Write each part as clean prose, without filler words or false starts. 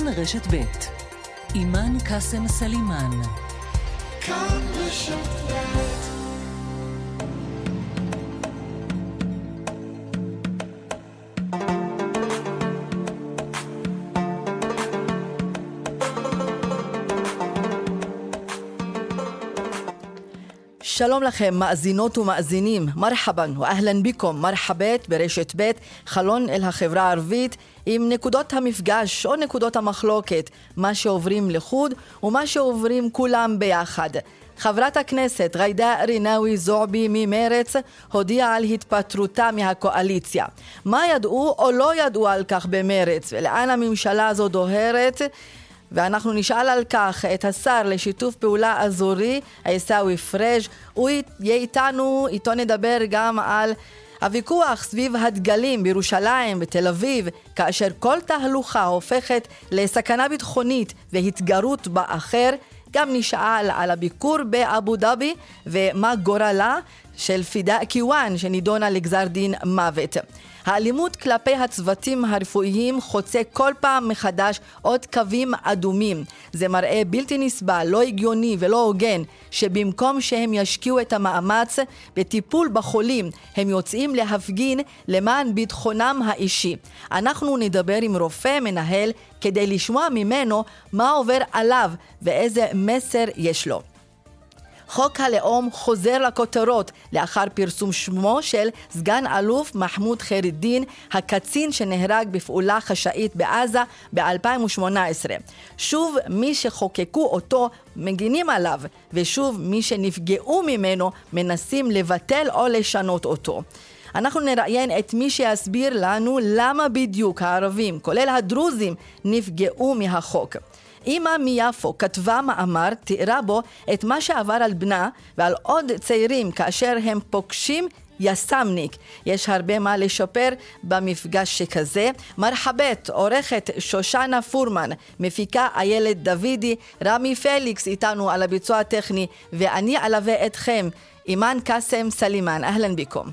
כאן רשת ב' אימן קאסם סלימן. כאן רשת ב'. שלום לכם מאזינות ומאזינים, מרחבן ואהלן ביקום, מרחבת ברשת ב', חלון אל החברה הערבית עם נקודות המפגש או נקודות המחלוקת, מה שעוברים לחוד ומה שעוברים כולם ביחד. חברת הכנסת ג'ידא רינאוי זועבי ממרץ הודיעה על התפטרותה מהקואליציה. מה ידעו או לא ידעו על כך במרץ ולאן הממשלה הזו דוהרת? ואנחנו נשאל על כך את השר לשיתוף פעולה אזורי, עיסאווי פריג'. הוא יהיה איתנו, איתו נדבר גם על הוויכוח סביב הדגלים בירושלים, בתל אביב, כאשר כל תהלוכה הופכת לסכנה ביטחונית והתגרות באחר. גם נשאל על הביקור באבו דאבי ומה גורלה של פידא קיואן שנידונה לגזר דין מוות. האלימות כלפי הצוותים הרפואיים חוצה כל פעם מחדש עוד קווים אדומים. זה מראה בלתי נסבל, לא הגיוני ולא הוגן, שבמקום שהם ישקיעו את המאמץ בטיפול בחולים, הם יוצאים להפגין למען ביטחונם האישי. אנחנו נדבר עם רופא מנהל כדי לשמוע ממנו מה עובר עליו ואיזה מסר יש לו. חוק הלאום חוזר לכותרות לאחר פרסום שמו של סגן אלוף מחמוד חיירדין, הקצין שנהרג בפעולה חשאית בעזה ב-2018. שוב מי שחוקקו אותו מגינים עליו, ושוב מי שנפגעו ממנו מנסים לבטל או לשנות אותו. אנחנו נראיין את מי שיסביר לנו למה בדיוק הערבים, כולל הדרוזים, נפגעו מהחוק. אמא מיפו כתבה מאמר, תיארה בו את מה שעבר על בנה ועל עוד צעירים כאשר הם פוגשים יסמניק. יש הרבה מה לשפר במפגש שכזה. מרחבת, עורכת שושנה פורמן, מפיקה איילת דוידי, רמי פליקס איתנו על הביצוע הטכני, ואני אלווה אתכם, אימן קאסם סלימן. אהלן ביקום.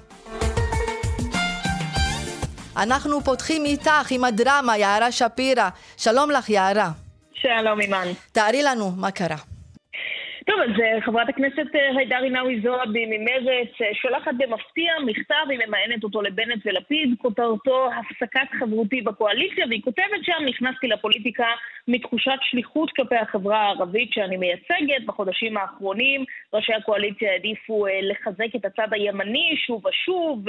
אנחנו פותחים איתך עם הדרמה יערה שפירא. שלום לך יערה. שלום אימן. תארי לנו מה קרה. טוב, אז חברת הכנסת ג'ידא רינאוי זועבי ממרץ שולחת במפתיע מכתב, היא ממאנת אותו לבנט ולפיד, כותרתו הפסקת חברותי בקואליציה, והיא כותבת שם: נכנסתי לפוליטיקה מתחושת שליחות כלפי החברה הערבית שאני מייצגת. בחודשים האחרונים ראשי הקואליציה העדיפו לחזק את הצד הימני שוב ושוב,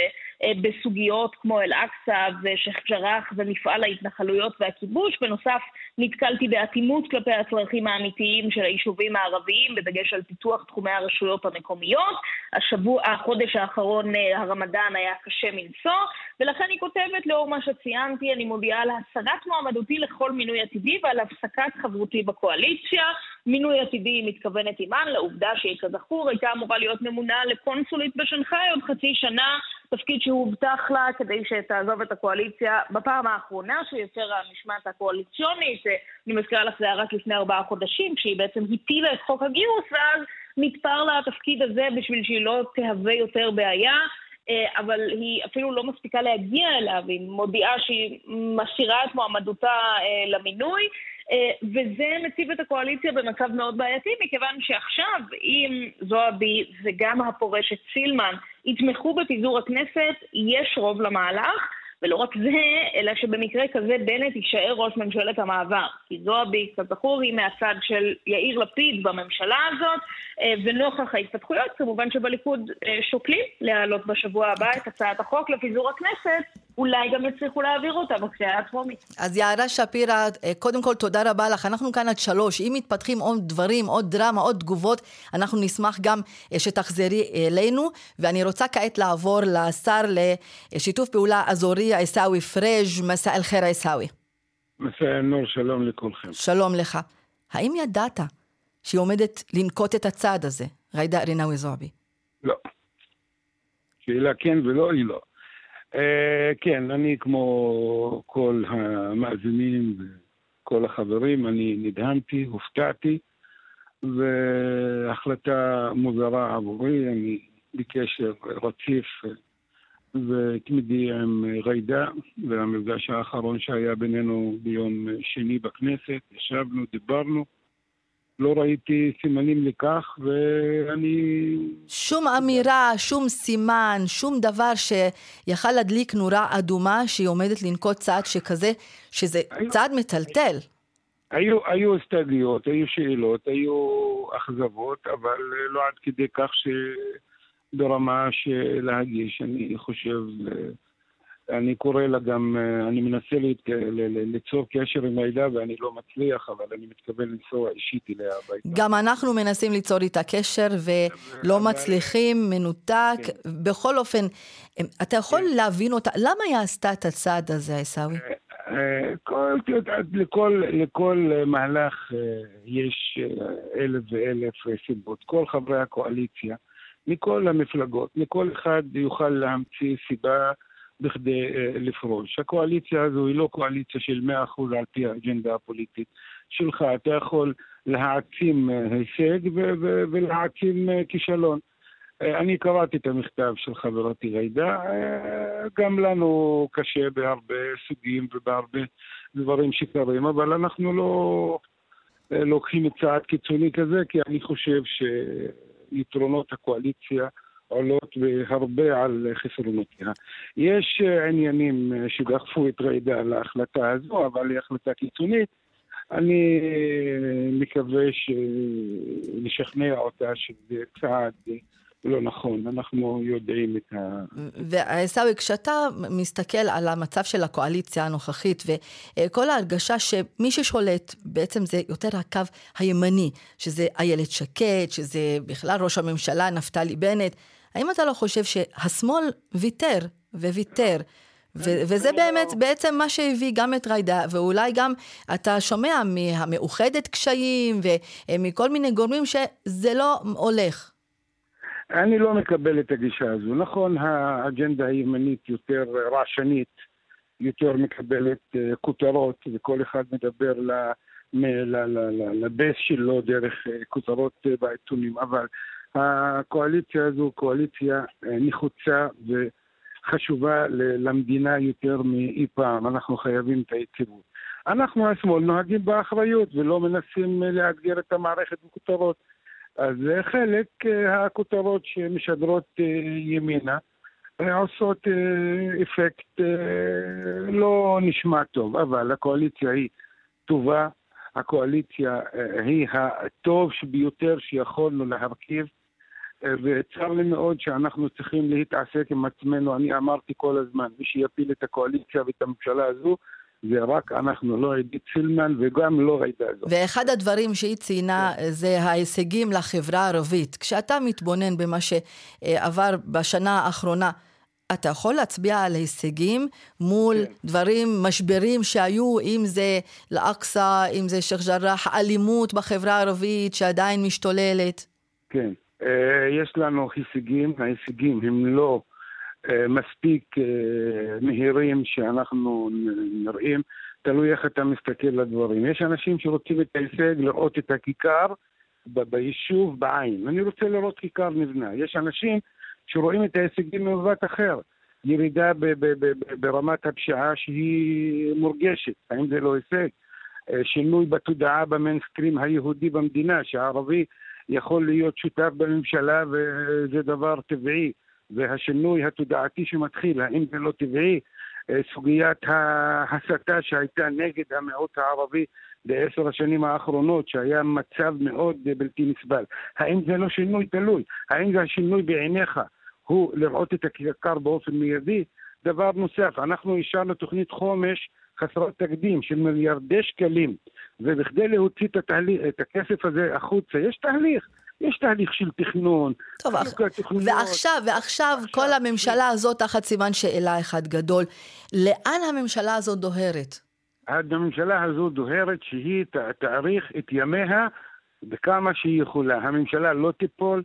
בסוגיות כמו אל-אקצא ושייח' ג'ראח ומפעל ההתנחלויות והכיבוש. בנוסף נתקלתי באטימות כלפי הצרכים האמיתיים של היישובים הערביים, בדגש על פיתוח תחומי הרשויות המקומיות. החודש האחרון הרמדאן היה קשה מנשוא, ולכן היא כותבת: לאור מה שציינתי, אני מודיעה על הסרת מועמדותי לכל מינוי עתידי ועל הפסקת חברותי בקואליציה. מינוי עתידי מתכוונת אימן לעובדה שהיא כזכור הייתה אמורה להיות ממונה לקונסולית בשנגחאי עוד חצי שנה, תפקיד שהובטח לה כדי שתעזוב את הקואליציה בפעם האחרונה שיצרה המשמעת הקואליציונית. אני מזכירה לך, זה היה רק לפני 4 חודשים, כשהיא בעצם הטילה את חוק הגיוס, ואז נתפר לה התפקיד הזה בשביל שהיא לא תהווה יותר בעיה, אבל היא אפילו לא מספיקה להגיע אליו, היא מודיעה שהיא מסירה את מועמדותה למינוי, וזה מציב את הקואליציה במצב מאוד בעייתי, מכיוון שעכשיו אם זועבי וגם הפורשת סילמן יתמכו בפיזור הכנסת, יש רוב למהלך, ולא רק זה, אלא שבמקרה כזה בנט יישאר ראש ממשלת המעבר. כי זועבי, כזכור, היא מהצד של יאיר לפיד בממשלה הזאת, ונוכח ההתפתחויות, כמובן שבליכוד שוקלים להעלות בשבוע הבא את הצעת החוק לפיזור הכנסת, אולי גם יצליחו להעביר אותה בקריאה הטרומית. אז יערה שפירא, קודם כל תודה רבה לך. אנחנו כאן עד 3. אם מתפתחים עוד דברים, עוד דרמה, עוד תגובות, אנחנו נשמח גם שתחזרי אלינו. ואני רוצה כעת לעבור לשר לשיתוף פעולה אזורי, עיסאווי פריג'. מסע אל חיר עיסאווי. מסע הנור, שלום לכולכם. שלום לך. האם ידעת שהיא עומדת לנקוט את הצעד הזה, ג'ידא רינאוי זועבי? לא. שאלה כן ולא, היא לא. כן, אני כמו כל המאזינים וכל החברים, אני נדהמתי, הופתעתי, והחלטה מוזרה עבורי. אני בקשר רציף ותמידי עם ג'ידא, והמפגש האחרון שהיה בינינו ביום שני בכנסת, ישבנו, דיברנו, לא ראיתי סימנים לכך, ואני... שום אמירה, שום סימן, שום דבר שיכל להדליק נורה אדומה שהיא עומדת לנקוט צעד שכזה, שזה צעד מטלטל. היו הסתייגויות, היו שאלות, היו אכזבות, אבל לא עד כדי כך ברמה של להגיש. אני חושב, אני קורא לה גם, אני מנסה ליצור קשר עם ג'ידא ואני לא מצליח, אבל אני מתכוון לנסוע אישית אליה הביתה. גם אנחנו מנסים ליצור איתה קשר ולא מצליחים, מנותק. בכל אופן, אתה יכול להבין אותה, למה היא עשתה את הצעד הזה, עיסאווי? לכל מהלך יש אלף ואלף סיבות. כל חברי הקואליציה, מכל המפלגות, מכל אחד יוכל להמציא סיבה בכדי לפרוש. הקואליציה הזו היא לא קואליציה של 100% על פי האג'נדה הפוליטית שלך. אתה יכול להעצים הישג ולהעצים כישלון. אני קראתי את המכתב של חברתי ג'ידא, גם לנו קשה בהרבה סוגים ובהרבה דברים שקרים, אבל אנחנו לא לוקחים את צעד קיצוני כזה, כי אני חושב שיתרונות הקואליציה עולות בהרבה על חסרונותיה. יש עניינים שדחפו את ג'ידא להחלטה הזו, אבל היא החלטה קיצונית. אני מקווה לשכנע אותה שזה צעד לא נכון, אנחנו יודעים את ועיסאווי, כשאתה מסתכל על המצב של הקואליציה הנוכחית, וכל ההרגשה שמי ששולט בעצם זה יותר הקו הימני, שזה איילת שקד, שזה בכלל ראש הממשלה נפתלי בנט, האם אתה לא חושב שהשמאל ויתר וויתר, וזה באמת בעצם מה שהביא גם את ג'ידא, ואולי גם אתה שומע מהמאוחדת קשיים, ומכל מיני גורמים שזה לא הולך? אני לא מקבל את הגישה הזו. נכון, האג'נדה הימנית יותר רעשנית, יותר מקבלת כותרות, וכל אחד מדבר לבייס שלו דרך כותרות בעיתונים, אבל הקואליציה הזו קואליציה נחוצה וחשובה למדינה יותר מאי פעם. אנחנו חייבים את היציבות. אנחנו השמאל נוהגים באחריות ולא מנסים לאתגר את המערכת בכותרות. אז חלק הכותרות שמשדרות ימינה עושות אפקט לא נשמע טוב, אבל הקואליציה היא טובה, הקואליציה היא הטוב ביותר שיכולנו להרכיב, וצר לי מאוד שאנחנו צריכים להתעסק עם עצמנו. אני אמרתי כל הזמן, מי שיפיל את הקואליציה ואת הממשלה הזו, זה רק אנחנו, לא עידית סילמן וגם לא ג'ידא זו. ואחד הדברים שהיא ציינה זה ההישגים לחברה הערבית. כשאתה מתבונן במה שעבר בשנה האחרונה, אתה יכול להצביע על הישגים מול דברים, משברים שהיו, אם זה לאקסה, אם זה שייח' ג'ראח, אלימות בחברה הערבית שעדיין משתוללת? כן, יש לנו הישגים, ההישגים הם לא מספיק מהירים שאנחנו נראים, תלוי איך אתה מסתכל לדברים. יש אנשים שרוצים את ההישג לראות את הכיכר ביישוב בעין. אני רוצה לראות כיכר נבנה. יש אנשים שרואים את ההישגים במבט אחר. ירידה ברמת הפשיעה שהיא מורגשת. האם זה לא הישג? שינוי בתודעה במיינסטרים היהודי במדינה, שהערבי יכול להיות שותף בממשלה וזה דבר טבעי. והשינוי התודעתי שמתחיל, האם זה לא טבעי? סוגיית ההסתה שהייתה נגד המיעוט הערבי ב10 השנים האחרונות, שהיה מצב מאוד בלתי נסבל. האם זה לא שינוי תלוי? האם זה השינוי בעיניך הוא לראות את הכיכר באופן מיידי? דבר נוסף, אנחנו אישרנו תוכנית חומש חסרת תקדים של מיליארדי שקלים, ובכדי להוציא את הכסף הזה החוצה, יש תהליך של תכנון. טוב, ועכשיו כל הממשלה הזאת תחת סימן שאלה אחד גדול. לאן הממשלה הזאת דוהרת? הממשלה הזו דוהרת שהיא תאריך את ימיה בכמה שהיא יכולה. הממשלה לא תיפול,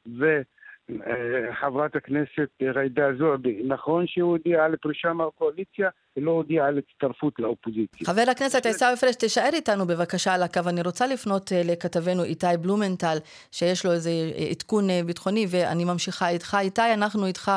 וחברת הכנסת ג'ידא זועבי, נכון שהיא הודיעה על פרישה מהקואליציה, היא לא הודיעה על הצטרפות לאופוזיציה. חבר הכנסת עיסאווי פריג', תישאר איתנו בבקשה על הקו. אני רוצה לפנות לכתבנו איתי בלומנטל, שיש לו איזה עדכון ביטחוני, ואני ממשיכה איתך. איתי, אנחנו איתך.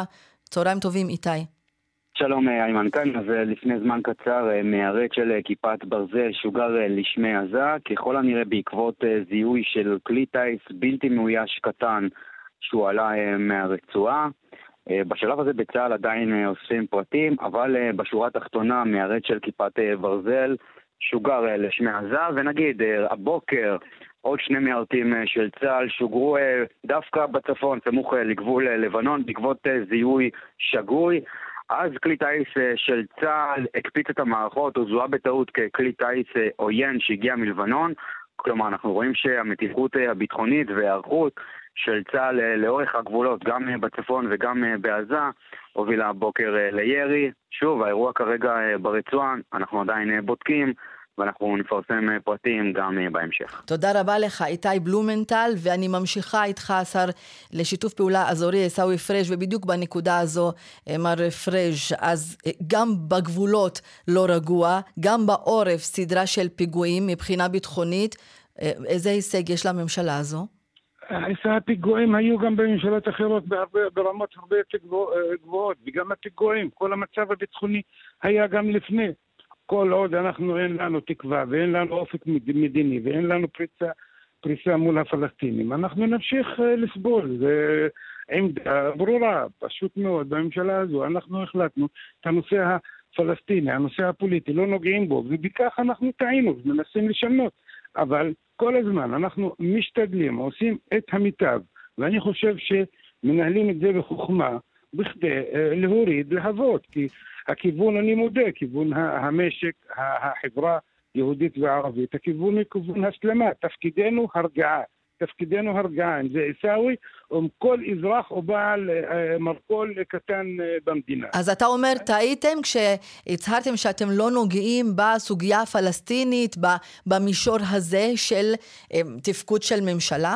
צהריים טובים, איתי. שלום איימן כאן, אז לפני זמן קצר מיירט של כיפת ברזל שוגר לשמי עזה, ככל הנראה בעקבות זיהוי של כלי טייס בלתי מאויש קטן שהוא עלה מהרצועה. בשלב הזה בצה"ל עדיין אוספים פרטים, אבל בשורה התחתונה מיירט של כיפת ברזל שוגר לשמי עזה, ונגיד הבוקר עוד 2 מיירטים של צה"ל שוגרו דווקא בצפון, סמוך לגבול לבנון, בעקבות זיהוי שגוי. אז כלי טייס של צה"ל הקפיץ את המערכות, הוא זוהה בטעות ככלי טייס עוין שהגיע מלבנון. כלומר, אנחנו רואים שהמתיחות הביטחונית והערכות של צה"ל לאורך הגבולות, גם בצפון וגם בעזה, הובילה הבוקר לירי. שוב, האירוע כרגע ברצועה, אנחנו עדיין בודקים, ואנחנו נפרסם פרטים גם בהמשך. תודה רבה לך, איתי בלומנטל, ואני ממשיכה איתך, השר לשיתוף פעולה אזורי, עיסאווי פריג', ובדיוק בנקודה הזו, מר פריג', אז גם בגבולות לא רגוע, גם בעורף סדרה של פיגועים מבחינה ביטחונית. איזה הישג יש לממשלה הזו? הפיגועים היו גם בממשלות אחרות ברמות הרבה יותר גבוהות, וגם הפיגועים, כל המצב הביטחוני היה גם לפני. כל עוד אין לנו תקווה ואין לנו אופק מדיני ואין לנו פריסה מול הפלסטינים, אנחנו נמשיך לסבול. זה עמדה ברורה, פשוט מאוד, בממשלה הזו. אנחנו החלטנו את הנושא הפלסטיני, הנושא הפוליטי, לא נוגעים בו, ובכך אנחנו טעינו, מנסים לשנות. אבל כל הזמן אנחנו משתדלים, עושים את המיטב, ואני חושב שמנהלים את זה בחוכמה, בכדי להוריד להבות, כי הכיוון, אני מודה, כיוון המשק, החברה יהודית וערבית, הכיוון הוא כיוון הסלמה, תפקידנו הרגעה, אם זה עיסאווי, או כל אזרח או בעל מרכול קטן במדינה. אז אתה אומר, טעיתם כשהצהרתם שאתם לא נוגעים בסוגיה הפלסטינית, במישור הזה של תפקוד של ממשלה?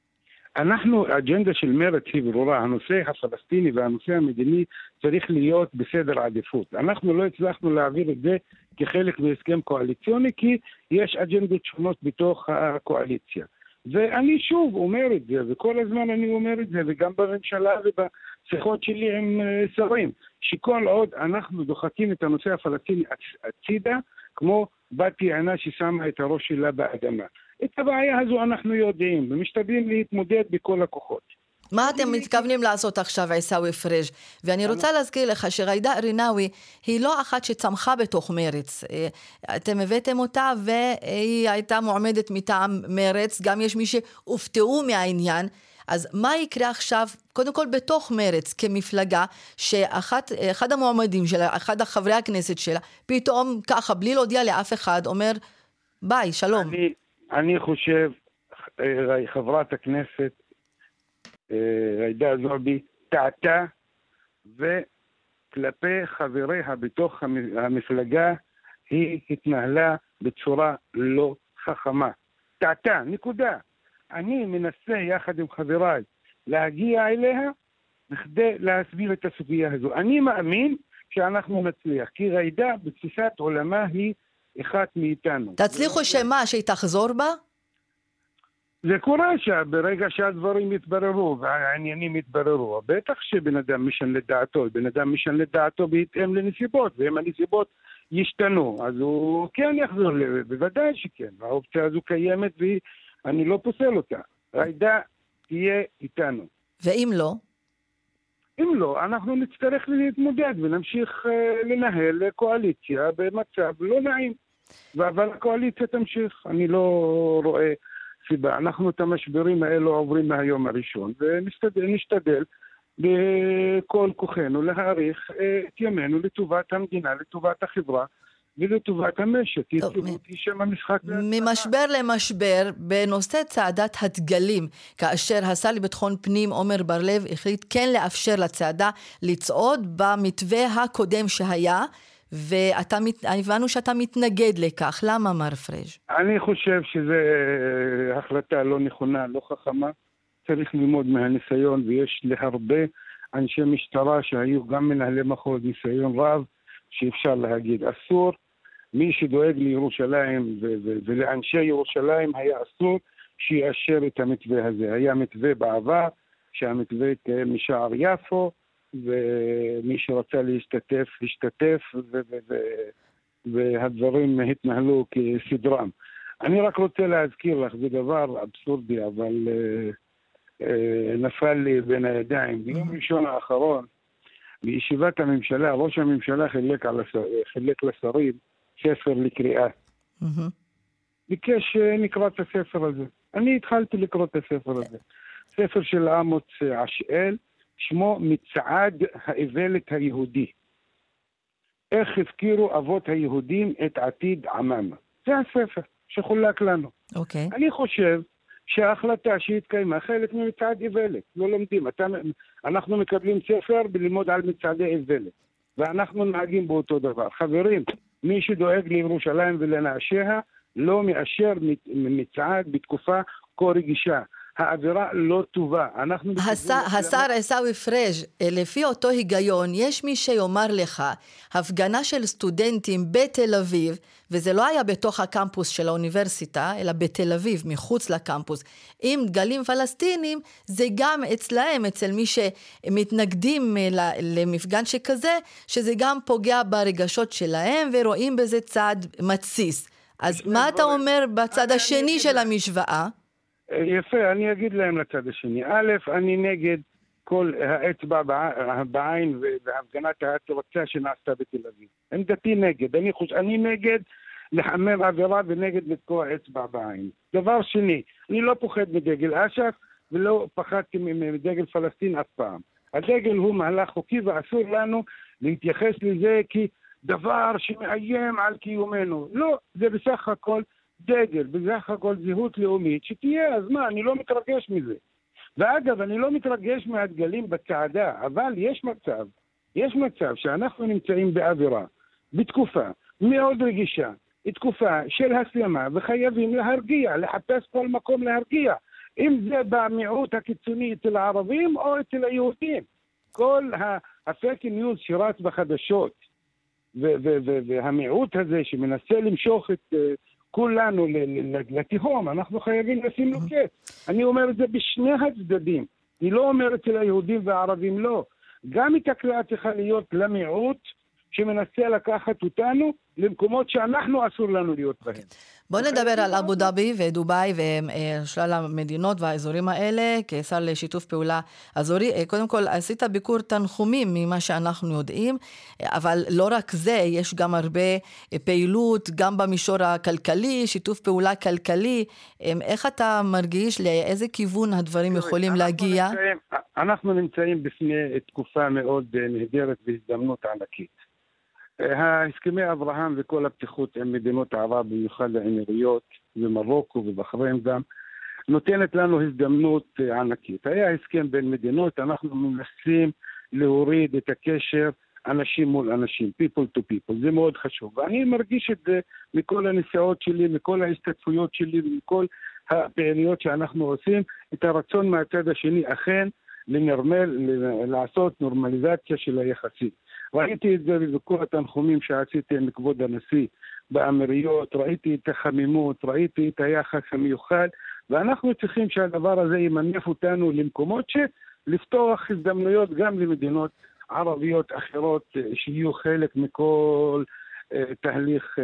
האג'נדה של מרצ היא ברורה, הנושא הפלסטיני והנושא המדיני צריך להיות בסדר עדיפות. אנחנו לא הצלחנו להעביר את זה כחלק מהסכם קואליציוני, כי יש אג'נדות שונות בתוך הקואליציה. ואני שוב אומר את זה, וכל הזמן אני אומר את זה, וגם בממשלה ובשיחות שלי עם שרים, שכל עוד אנחנו דוחקים את הנושא הפלסטיני הצידה, כמו בת יענה ששמה את הראש שלה באדמה. את הבעיה הזו אנחנו יודעים, ומשתדלים להתמודד בכל הכוחות. מה אתם מתכוונים לעשות עכשיו, עיסאווי פריג'? ואני רוצה להזכיר לך שג'ידא רינאוי היא לא אחת שצמחה בתוך מרץ. אתם הבאתם אותה והיא הייתה מועמדת מטעם מרץ, גם יש מי שהופתעו מהעניין. אז מה יקרה עכשיו, קודם כל בתוך מרץ כמפלגה, שאחד המועמדים שלה, אחד החברי הכנסת שלה, פתאום ככה, בלי להודיע לאף אחד, אומר ביי, שלום. אני חושב, חברת הכנסת ג'ידא זועבי טעתה, וכלפי חבריה בתוך המפלגה היא התנהלה בצורה לא חכמה. טעתה, נקודה. אני מנסה יחד עם חבריי להגיע אליה בכדי להסביר את הסוגיה הזו. אני מאמין שאנחנו נצליח, כי ג'ידא בתפיסת עולמה היא אחת מאיתנו. תצליחו שמה? שהיא תחזור בה? זה קורה שברגע שהדברים יתבררו והעניינים יתבררו, בטח שבן אדם משנה לדעתו בהתאם לנסיבות, ואם הנסיבות ישתנו, אז הוא כן יחזור, בוודאי שכן. האופציה הזו קיימת ואני לא פוסל אותה. ג'ידא תהיה איתנו. ואם לא? אם לא, אנחנו נצטרך להתמודד ונמשיך לנהל קואליציה במצב לא נעים. אבל הקואליציה תמשיך, אני לא רואה סיבה. אנחנו את המשברים האלו עוברים מהיום הראשון, ונשתדל בכל כוחנו להאריך את ימינו לטובת המדינה, לטובת החברה ולטובת המשק. יציבות היא שם המשחק. ממשבר למשבר, בנושא צעדת הדגלים, כאשר השר לביטחון פנים עומר בר-לב החליט כן לאפשר לצעדה לצעוד במתווה הקודם שהיה, והבנו שאתה מתנגד לכך. למה, מר פריג'? אני חושב שזו החלטה לא נכונה, לא חכמה. צריך ללמוד מהניסיון, ויש להרבה אנשי משטרה שהיו גם מנהלי מחוז, ניסיון רב, שאפשר להגיד. אסור, מי שדואג לירושלים ולאנשי ירושלים היה אסור שיאשר את המתווה הזה. היה מתווה בעבר, שהמתווה התקיים משער יפו, ומי שרצה להשתתף, השתתף, והדברים התנהלו כסדרם. אני רק רוצה להזכיר לך, זה דבר אבסורדי, אבל נפל לי בין הידיים. ביום ראשון האחרון, בישיבת הממשלה, ראש הממשלה חילק לשרים ספר לקריאה. ביקש נקרא את הספר הזה. אני התחלתי לקרוא את הספר הזה. ספר של עמוס עשאל, שמו מצעד האיוולת היהודי. איך הפקירו אבות היהודים את עתיד עמם. זה הספר שחולק לנו. אוקיי. אני חושב שההחלטה שהתקיימה חלק ממצעד איוולת. לא לומדים. אנחנו מקבלים ספר בללמוד על מצעדי איוולת. ואנחנו נהגים באותו דבר. חברים, מי שדואג לירושלים ולנעשיה, לא מאשר מצעד בתקופה כה רגישה. האווירה לא טובה. השר עיסאווי פריג', לפי אותו היגיון, יש מי שיאמר לך, הפגנה של סטודנטים בתל אביב, וזה לא היה בתוך הקמפוס של האוניברסיטה, אלא בתל אביב, מחוץ לקמפוס, עם דגלים פלסטינים, זה גם אצלהם, אצל מי שמתנגדים למפגן שכזה, שזה גם פוגע ברגשות שלהם, ורואים בזה צעד מציס. אז מה אתה אומר בצד השני של המשוואה? יפה, אני אגיד להם לצד השני. א', אני נגד כל האצבע בעין והפגנת ההתרצה שנעשתה בתל אביב. עמדתי נגד. אני נגד לחמם עבירה ונגד לתקוע אצבע בעין. דבר שני, אני לא פוחד מדגל אש"ף ולא פחדתי מדגל פלסטין אף פעם. הדגל הוא מהלך חוקי ואסור לנו להתייחס לזה כדבר שמאיים על קיומנו. לא, זה בסך הכל דגל, בסך הכל זהות לאומית, שתהיה, אז מה, אני לא מתרגש מזה. ואגב, אני לא מתרגש מהדגלים בצעדה, אבל יש מצב שאנחנו נמצאים באווירה, בתקופה מאוד רגישה, תקופה של הסלמה, וחייבים להרגיע, לחפש כל מקום להרגיע, אם זה במיעוט הקיצוני אצל הערבים או אצל היהודים. כל הפייק ניוז שרץ בחדשות, והמיעוט הזה שמנסה למשוך את כולנו לתהום, אנחנו חייבים לשים לו קץ. אני אומר את זה בשני הצדדים. אני לא אומר אצל היהודים והערבים לא. גם התקלה צריכה להיות למיעוט שמנסה לקחת אותנו למקומות שאנחנו אסור לנו להיות בהם. בוא נדבר על אבו דאבי ודובאי ושלל המדינות והאזורים האלה כשר לשיתוף פעולה אזורי. קודם כל, עשית ביקור תנחומים ממה שאנחנו יודעים, אבל לא רק זה, יש גם הרבה פעילות, גם במישור הכלכלי, שיתוף פעולה כלכלי. איך אתה מרגיש, לאיזה כיוון הדברים יכולים להגיע? אנחנו נמצאים בפני תקופה מאוד נהדרת והזדמנות ענקית. ההסכמי אברהם וכל הפתיחות עם מדינות ערב, במיוחד האמירויות ומרוקו ובחריין גם, נותנת לנו הזדמנות ענקית. היה הסכם בין מדינות, אנחנו מנסים להוריד את הקשר אנשים מול אנשים, people to people, זה מאוד חשוב. ואני מרגיש את זה מכל הנסיעות שלי, מכל ההשתתפויות שלי ומכל הפעילויות שאנחנו עושים, את הרצון מהצד השני אכן לעשות נורמליזציה של היחסים. ראיתי את זה בביקור התנחומים שעשיתי עם כבוד הנשיא באמירויות, ראיתי את החמימות, ראיתי את היחס המיוחד, ואנחנו צריכים שהדבר הזה ימנף אותנו למקומות לפתוח הזדמנויות גם למדינות ערביות אחרות שיהיו חלק מכל תהליך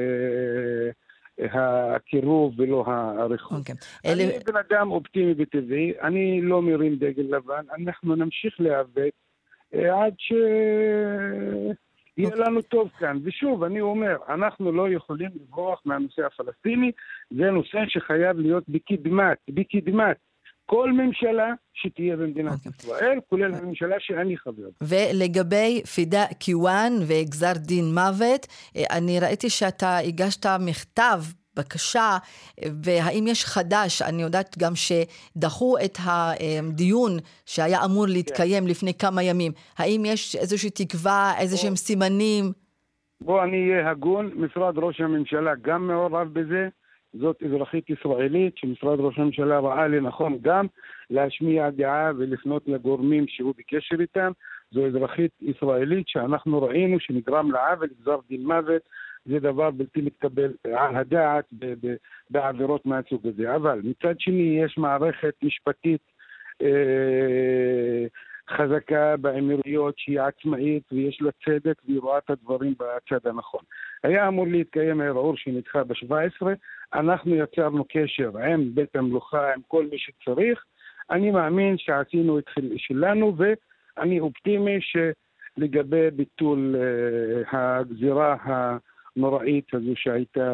הקירוב ולא הריחוק. אני בן אדם אופטימי וטבעי, אני לא מרים דגל לבן, אנחנו נמשיך להיאבק עד שיהיה לנו טוב כאן. ושוב, אני אומר, אנחנו לא יכולים לברוח מהנושא הפלסטיני, זה נושא שחייב להיות בקדמת כל ממשלה שתהיה במדינת ישראל, כולל הממשלה שאני חבר. ולגבי פידה קיואן וגזר דין מוות, אני ראיתי שאתה הגשת מכתב, בקשה, והאם יש חדש? אני יודעת גם שדחו את הדיון שהיה אמור להתקיים לפני כמה ימים. האם יש איזושהי תקווה, איזשהם סימנים? בוא אני אהיה הגון, משרד ראש הממשלה גם מעורב בזה, זאת אזרחית ישראלית שמשרד ראש הממשלה ראה לנכון גם להשמיע דעה ולפנות לגורמים שהוא בקשר איתם. זו אזרחית ישראלית שאנחנו ראינו שנגרם לעוול, גזר דין מוות, זה דבר בלתי מתקבל על הדעת בעבירות מהסוג הזה. אבל מצד שני יש מערכת משפטית חזקה באמירויות שהיא עצמאית ויש לה צדק והיא רואה את הדברים בצד הנכון. היה אמור להתקיים הערעור שנדחה ב-17, אנחנו יצרנו קשר עם בית המלוכה, עם כל מי שצריך. אני מאמין שעשינו את שלנו, ואני אופטימי שלגבי ביטול הגזירה הנוראית הזו שהייתה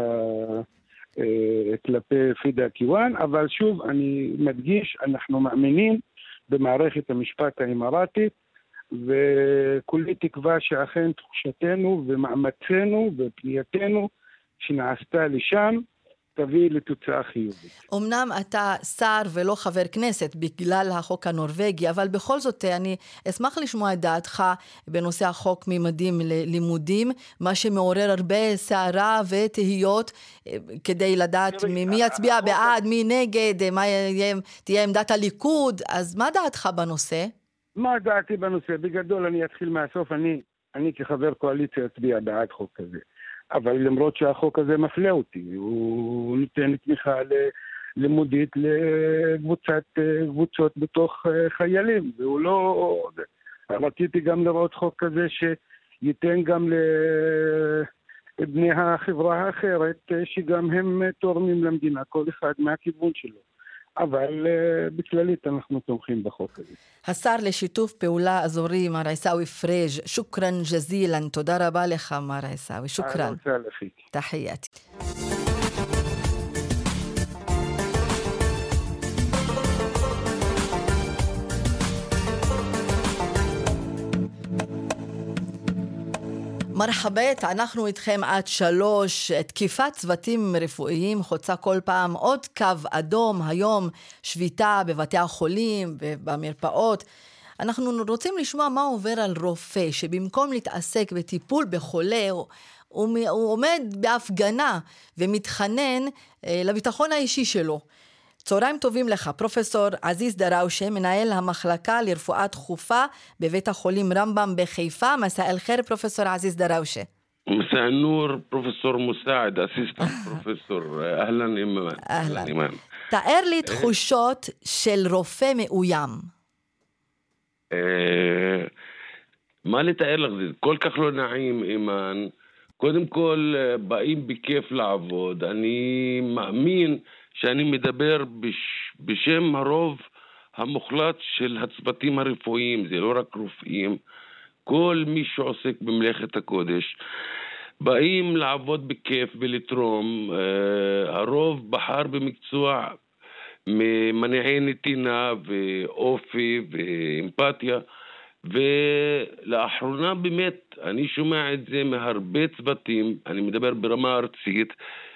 כלפי פידה קיוואן, אבל שוב אני מדגיש, אנחנו מאמינים במערכת המשפט האמרתית, וכולי תקווה שאכן תחושתנו ומאמצנו ופנייתנו שנעשתה לשם תביא לתוצאה חיובית. אמנם אתה שר ולא חבר כנסת בגלל החוק הנורווגי, אבל בכל זאת אני אשמח לשמוע את דעתך בנושא החוק ממדים ללימודים, מה שמעורר הרבה סערה ותהיות כדי לדעת מי יצביע בעד, מי נגד, מה תהיה עמדת הליכוד. אז מה דעתך בנושא? מה דעתי בנושא? בגדול אני אתחיל מהסוף, אני כחבר קואליציה אצביע בעד חוק כזה. אבל למרות שהחוק הזה מפלה אותי, הוא נותן תמיכה לימודית לקבוצות בתוך חיילים, והוא לא... רציתי גם לראות חוק כזה שייתן גם לבני החברה האחרת, שגם הם תורמים למדינה, כל אחד מהכיוון שלו. אבל בכללית אנחנו תומכים בחוק הזה. השר לשיתוף פעולה אזורי, מר עיסאווי פריג', שוקרן ג'זילן, תודה רבה לך מר עיסאווי, שוקרן. תחייתי. מרחבת, אנחנו איתכם עד 3. תקיפת צוותים רפואיים חוצה כל פעם עוד קו אדום. היום שביתה בבתי החולים ובמרפאות. אנחנו רוצים לשמוע מה עובר על רופא שבמקום להתעסק בטיפול בחולה הוא עומד בהפגנה ומתחנן לביטחון האישי שלו. צהריים טובים לך, פרופסור עזיז דראושה, מנהל המחלקה לרפואה דחופה בבית החולים רמב"ם בחיפה. מסע אל חיר, פרופסור עזיז דראושה. مساء النور بروفيسور مساعد أسيستنت بروفيسور أهلا إيمان. אהלן. תאר לי תחושות של רופא מאוים. מה לתאר לך? זה כל כך לא נעים, אימן. קודם כל באים בכיף לעבוד. אני מאמין שאני מדבר בשם הרוב המוחלט של הצוותים הרפואיים. זה לא רק רופאים, כל מי שעוסק במלאכת הקודש. באים לעבוד בכיף ולתרום. הרוב בחר במקצוע ממניעי נתינה ואופי ואמפתיה, ולאחרונה באמת אני שומע את זה מהרבה צוותים, אני מדבר ברמה ארצית,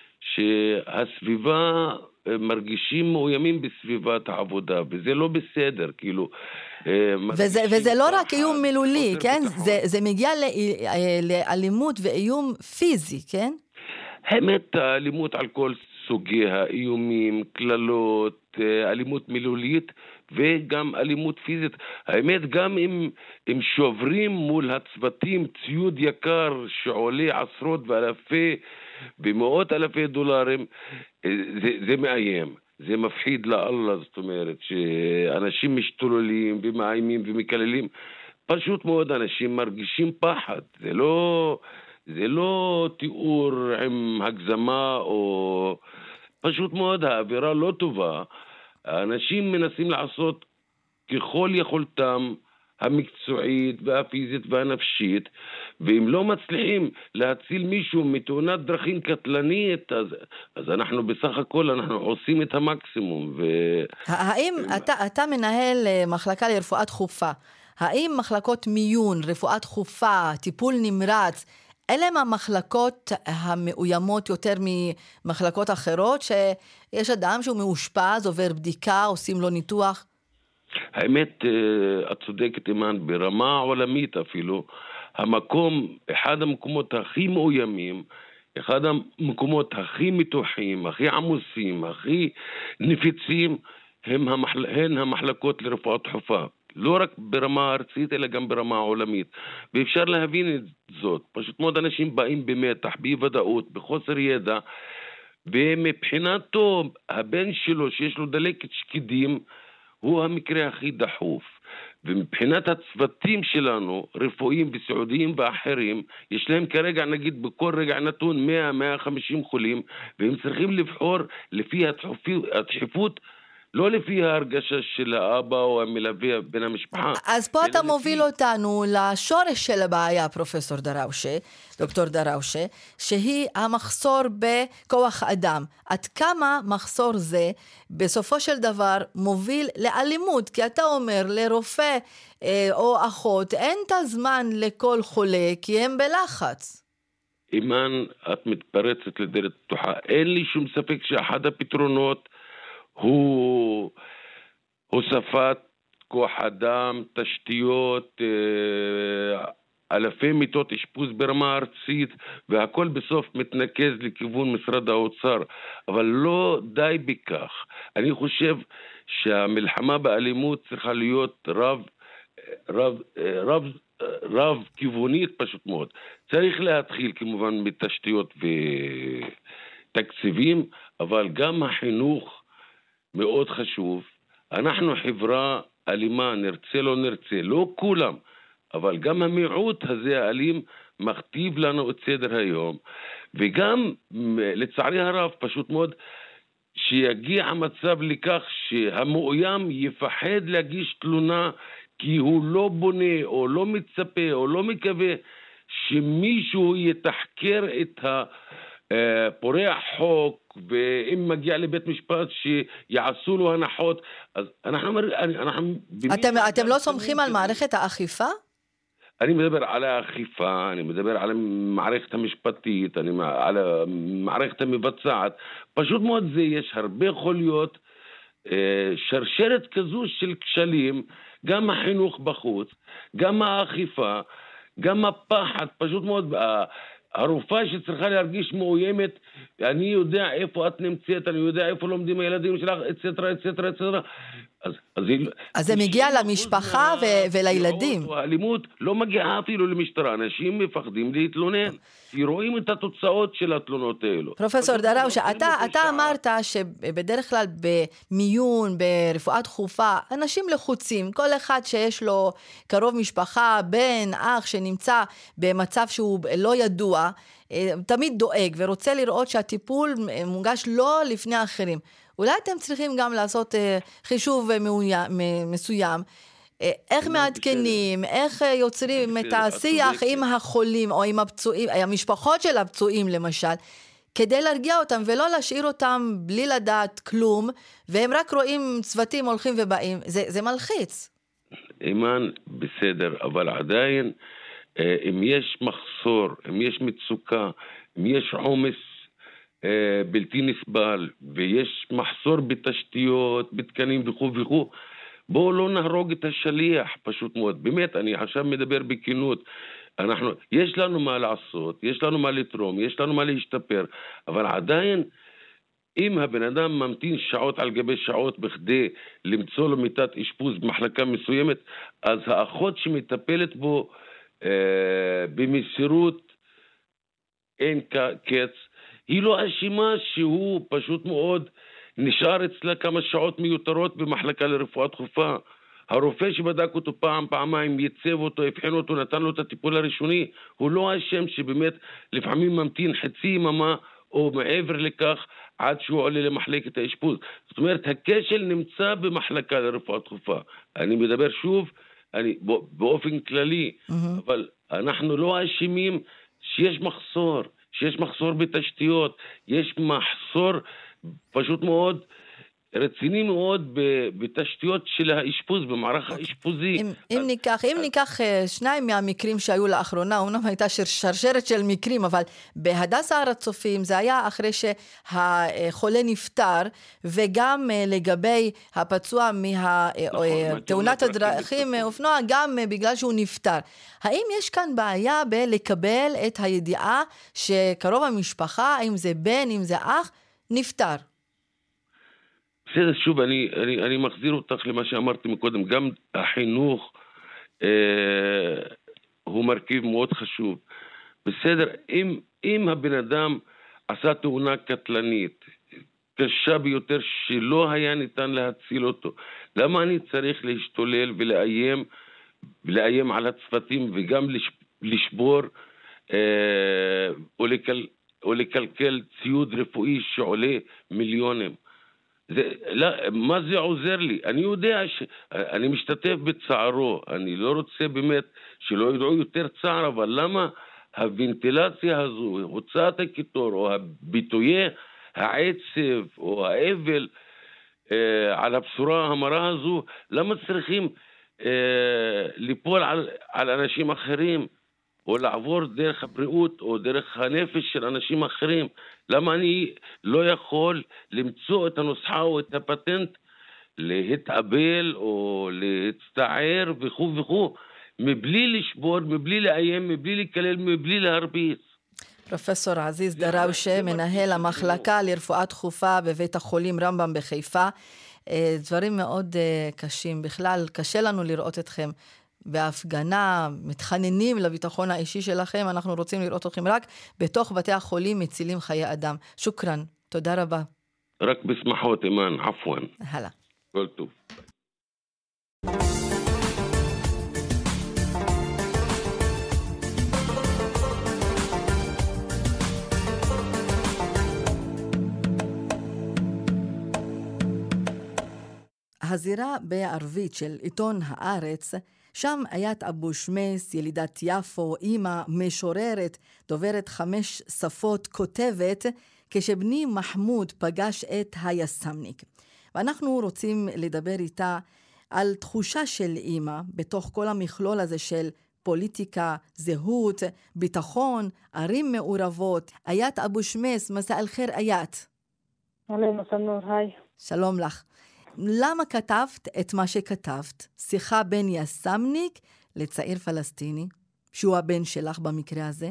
שהסביבה מרגישים מאוימים בסביבת העבודה, וזה לא בסדר, כאילו. וזה לא רק איום מילולי, כן? זה מגיע לאלימות ואיום פיזי, כן? האמת, האלימות על כל סוגי האיומים, כללות, אלימות מילולית וגם אלימות פיזית. האמת, גם אם שוברים מול הצוותים ציוד יקר שעולה עשרות ואלפי במאות אלפי דולרים, זה מאיים, זה מפחיד לאללה. זאת אומרת שאנשים משתוללים ומאיימים ומקללים, פשוט מאוד אנשים מרגישים פחד. זה לא תיאור עם הגזמה, או פשוט מאוד האווירה לא טובה. האנשים מנסים לעשות ככל יכולתם המקצועית והפיזית והנפשית, ואם לא מצליחים להציל מישהו מתאונת דרכים קטלנית, אז אנחנו בסך הכל אנחנו עושים את המקסימום. האם אתה מנהל מחלקה לרפואה דחופה, האם מחלקות מיון, רפואה דחופה, טיפול נמרץ, אלה הם המחלקות המאוימות יותר ממחלקות אחרות, שיש אדם שהוא מאושפז, עובר בדיקה, עושים לו ניתוח? האמת, את צודקת אימן, ברמה עולמית אפילו, אחד המקומות הכי מאוימים, אחד המקומות הכי מתוחים, הכי עמוסים, הכי נפיצים, הן המחלקות לרפואה דחופה. לא רק ברמה ארצית, אלא גם ברמה עולמית. ואפשר להבין את זאת. פשוט מאוד אנשים באים במתח, באי-ודאות, בחוסר ידע, ומבחינתו, הבן שלו שיש לו דלקת שקדים, הוא המקרה הכי דחוף. ומבחינת הצוותים שלנו, רפואיים וסיעודיים ואחרים, יש להם כרגע, נגיד, בכל רגע נתון 100-150 חולים, והם צריכים לבחור לפי הדחיפות, לא לפי ההרגשה של האבא או המלווה בין המשפחה. אז פה אתה מוביל אותנו לשורש של הבעיה, פרופסור דראושה, דוקטור דראושה, שהיא המחסור בכוח אדם. עד כמה מחסור זה בסופו של דבר מוביל לאלימות? כי אתה אומר לרופא או אחות, אין את הזמן לכל חולה, כי הם בלחץ. אימן, את מתפרצת לדלת פתוחה. אין לי שום ספק שאחד הפתרונות הוא הוספת כוח אדם, תשתיות, אלפי מיטות אשפוז ברמה ארצית, והכל בסוף מתנקז לכיוון משרד האוצר. אבל לא די בכך. אני חושב שהמלחמה באלימות צריכה להיות רב כיוונית פשוט מאוד. צריך להתחיל כמובן מתשתיות ותקציבים, אבל גם החינוך מאוד חשוב. אנחנו חברה אלימה, נרצה לא נרצה, לא כולם, אבל גם המיעוט הזה האלים מכתיב לנו את סדר היום, וגם לצערי הרב פשוט מאוד שיגיע המצב לכך שהמאוים יפחד להגיש תלונה, כי הוא לא בונה או לא מצפה או לא מקווה שמישהו יתחקר את פורע חוק, ואם מגיע לבית משפט שיעשו לו הנחות. אז אנחנו אתם לא סומכים על מערכת האכיפה? אני מדבר על האכיפה, אני מדבר על המערכת המשפטית, על המערכת המבצעת. פשוט מאוד זה, יש הרבה חוליות, שרשרת כזו של כשלים, גם החינוך בחוץ, גם האכיפה, גם הפחד, פשוט מאוד הרופאה שצריכה להרגיש מאוימת, אני יודע איפה את נמצאת, אני יודע איפה לומדים הילדים שלך, אצטרה, אצטרה, אצטרה. אז זה מגיע למשפחה ולילדים. האלימות לא מגיעה אפילו למשטרה, אנשים מפחדים להתלונן, כי רואים את התוצאות של התלונות האלו. פרופסור דראושה, אתה אמרת שבדרך כלל במיון, ברפואה דחופה, אנשים לחוצים, כל אחד שיש לו קרוב משפחה, בן, אח שנמצא במצב שהוא לא ידוע, תמיד דואג ורוצה לראות שהטיפול מוגש לא לפני האחרים. אולי אתם צריכים גם לעשות חישוב מסוים, איך מעדכנים, איך יוצרים את השיח עם החולים או עם הפצועים, המשפחות של הפצועים למשל, כדי להרגיע אותם ולא להשאיר אותם בלי לדעת כלום, והם רק רואים צוותים הולכים ובאים. זה מלחיץ. אימן, בסדר, אבל עדיין, אם יש מחסור, אם יש מצוקה, אם יש עומס בלתי נסבל, ויש מחסור בתשתיות, בתקנים וכו' וכו', בואו לא נהרוג את השליח, פשוט מאוד. באמת, אני עכשיו מדבר בכנות. יש לנו מה לעשות, יש לנו מה לתרום, יש לנו מה להשתפר, אבל עדיין, אם הבן אדם ממתין שעות על גבי שעות בכדי למצוא לו מיטת אשפוז במחלקה מסוימת, אז האחות שמטפלת בו במסירות אין קץ, היא לא אשמה שהוא פשוט מאוד נשאר אצלה כמה שעות מיותרות במחלקה לרפואה דחופה. הרופא שבדק אותו פעם, פעמיים, ייצב אותו, הבחין אותו, נתן לו את הטיפול הראשוני, הוא לא אשם שבאמת לפעמים ממתין חצי יממה או מעבר לכך עד שהוא עולה למחלקת האשפוז. זאת אומרת, הכשל נמצא במחלקה לרפואה דחופה. אני מדבר שוב, באופן כללי, אבל אנחנו לא אשמים שיש מחסור בתשתיות, יש מחסור פשוט מאוד רציני מאוד בתשתיות של האשפוז, במערך האשפוזי. אם ניקח שניים מהמקרים שהיו לאחרונה, אומנם הייתה שרשרת של מקרים, אבל בהדסה הר הצופים זה היה אחרי שהחולה נפטר, וגם לגבי הפצוע מתאונת הדרכים אופנוע, גם בגלל שהוא נפטר. האם יש כאן בעיה בלקבל את הידיעה שקרוב המשפחה, אם זה בן, אם זה אח, נפטר? בסדר, שוב, אני מחזיר אותך למה שאמרתי מקודם, גם החינוך הוא מרכיב מאוד חשוב. בסדר, אם הבן אדם עשה תאונה קשה ביותר שלא היה ניתן להציל אותו. למה אני צריך להשתולל ולאיים על הצוותים וגם לשבור או לקלקל ציוד רפואי שעולה מיליונים? מה זה עוזר לי? אני יודע שאני משתתף בצערו, אני לא רוצה באמת שלא ידעו יותר צער, אבל למה הוונטילציה הזו, הוצאת הקיטור או הביטויי העצב או האבל על הבשורה המרה הזו, למה צריכים ליפול על אנשים אחרים או לעבור דרך הבריאות או דרך הנפש של אנשים אחרים? למה אני לא יכול למצוא את הנוסחה או את הפטנט להתאבל או להצטער וכו' וכו', מבלי לשבור, מבלי לאיים, מבלי לקלל, מבלי להרביץ? פרופסור עזיז דראושה, מנהל המחלקה לרפואה דחופה בבית החולים רמב"ם בחיפה. דברים מאוד קשים. בכלל, קשה לנו לראות אתכם בהפגנה, מתחננים לביטחון האישי שלכם. אנחנו רוצים לראות אתכם רק בתוך בתי החולים מצילים חיי אדם. שוקרן, תודה רבה. רק בשמחות, אימן, עפואן. הלאה. כל טוב. הזירה בערבית של עיתון הארץ, שם איית אבו שמס, ילידת יפו, אימא, משוררת, דוברת 5 שפות, כותבת, כשבני מחמוד פגש את היסמניק. ואנחנו רוצים לדבר איתה על תחושה של אימא, בתוך כל המכלול הזה של פוליטיקה, זהות, ביטחון, ערים מעורבות. איית אבו שמס, מסע אל חיר איית. היי. שלום לך. למה כתבת את מה שכתבת? שיחה בין יסמניק לצעיר פלסטיני, שהוא הבן שלך במקרה הזה?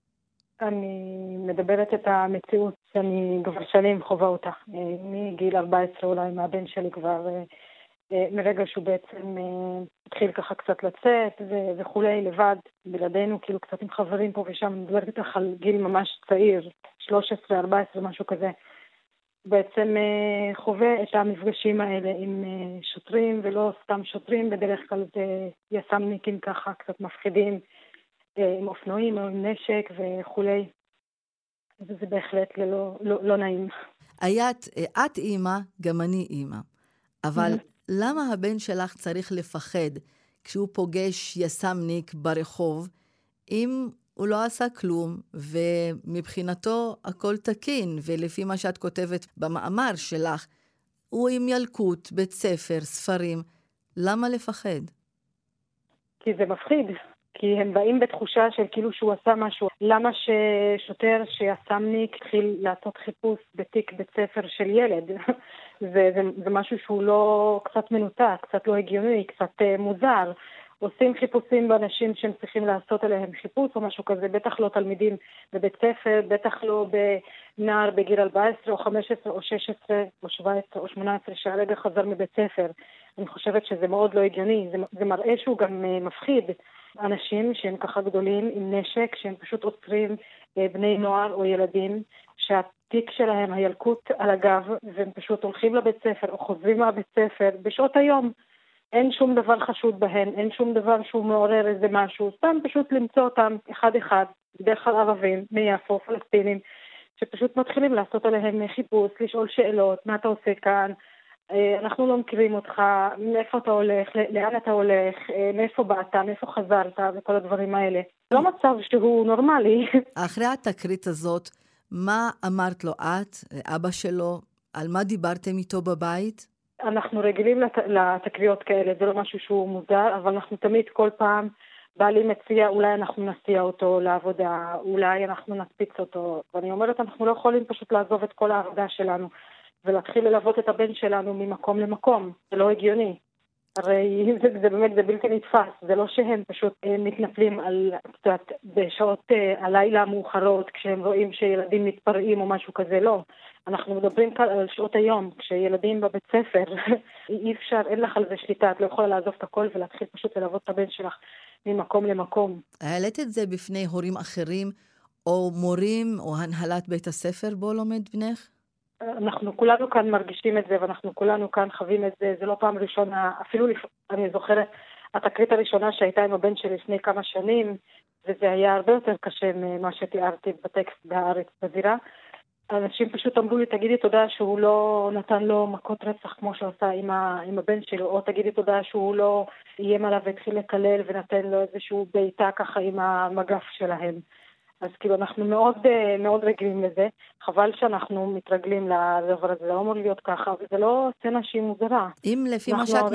אני מדברת את המציאות שאני כבר שנים חווה אותה. מגיל 14 אולי מהבן שלי כבר, מרגע שהוא בעצם התחיל ככה קצת לצאת וכולי לבד, בלעדינו, כאילו קצת עם חברים פה ושם, מדברת איתך על גיל ממש צעיר, 13, 14, משהו כזה. בעצם חווה את המפגשים האלה עם שוטרים, ולא סתם שוטרים, בדרך כלל זה יסמניקים ככה, קצת מפחידים, עם אופנועים או עם נשק וכולי. וזה בהחלט לא נעים. איית, את אימא, גם אני אימא. אבל למה הבן שלך צריך לפחד כשהוא פוגש יסמניק ברחוב, אם הוא לא עשה כלום, ומבחינתו הכל תקין, ולפי מה שאת כותבת במאמר שלך, הוא עם ילקוט, בית ספר, ספרים, למה לפחד? כי זה מפחיד, כי הם באים בתחושה של כאילו שהוא עשה משהו. למה ששוטר שיסמניק התחיל לעשות חיפוש בתיק בית ספר של ילד? זה משהו שהוא לא קצת מנותק, קצת לא הגיוני, קצת מוזר. עושים חיפושים באנשים שהם צריכים לעשות עליהם חיפוש או משהו כזה, בטח לא תלמידים בבית ספר, בטח לא בנער בגיל 14 או 15 או 16 או 17 או 18 שהרגע חזר מבית ספר. אני חושבת שזה מאוד לא הגיוני, זה מראה שהוא גם מפחיד. אנשים שהם ככה גדולים עם נשק, שהם פשוט עוצרים בני נוער או ילדים, שהתיק שלהם הילקוט על הגב, והם פשוט הולכים לבית ספר או חוזרים מהבית ספר בשעות היום. אין שום דבר חשוד בהן, אין שום דבר שהוא מעורר איזה משהו, סתם פשוט למצוא אותם אחד אחד, בדרך כלל ערבים, מיפו, פלסטינים, שפשוט מתחילים לעשות עליהם חיפוש, לשאול שאלות, מה אתה עושה כאן, אנחנו לא מכירים אותך, מאיפה אתה הולך, לאן אתה הולך, מאיפה באת, מאיפה חזרת, וכל הדברים האלה. לא מצב שהוא נורמלי. אחרי התקרית הזאת, מה אמרת לו את, אבא שלו, על מה דיברתם איתו בבית? אנחנו רגילים לתקריות כאלה, זה לא משהו שהוא מוזר, אבל אנחנו תמיד כל פעם בעלי מציע, אולי אנחנו נסיע אותו לעבודה, אולי אנחנו נקפיץ אותו, ואני אומרת, אנחנו לא יכולים פשוט לעזוב את כל העבודה שלנו, ולהתחיל ללוות את הבן שלנו ממקום למקום, זה לא הגיוני. הרי זה באמת, זה בלתי נתפס, זה לא שהם פשוט מתנפלים על קצת בשעות הלילה המאוחרות, כשהם רואים שילדים מתפרעים או משהו כזה, לא. אנחנו מדברים כאן על שעות היום, כשילדים בבית ספר, אי אפשר, אין לך על זה שליטה, את לא יכולה לעזוב את הכל ולהתחיל פשוט ללוות את הבן שלך ממקום למקום. העלית את זה בפני הורים אחרים, או מורים, או הנהלת בית הספר בו לומד בנך? אנחנו כולנו כאן מרגישים את זה, ואנחנו כולנו כאן חווים את זה. זה לא פעם ראשונה, אפילו אני זוכרת, התקרית הראשונה שהייתה עם הבן שלי לפני כמה שנים, וזה היה הרבה יותר קשה ממה שתיארתי בטקסט בהארץ בזירה. אנשים פשוט אמרו לי, תגידי תודה שהוא לא נתן לו מכות רצח כמו שעושה עם הבן שלו, או תגידי תודה שהוא לא איים עליו והתחיל לקלל ונתן לו איזשהו בעיטה ככה עם המגף שלהם. אז כאילו אנחנו מאוד, מאוד רגילים לזה. חבל שאנחנו מתרגלים לדבר הזה, זה לא אמור להיות ככה, וזה לא סצנה שהיא מוזרה. אם לפי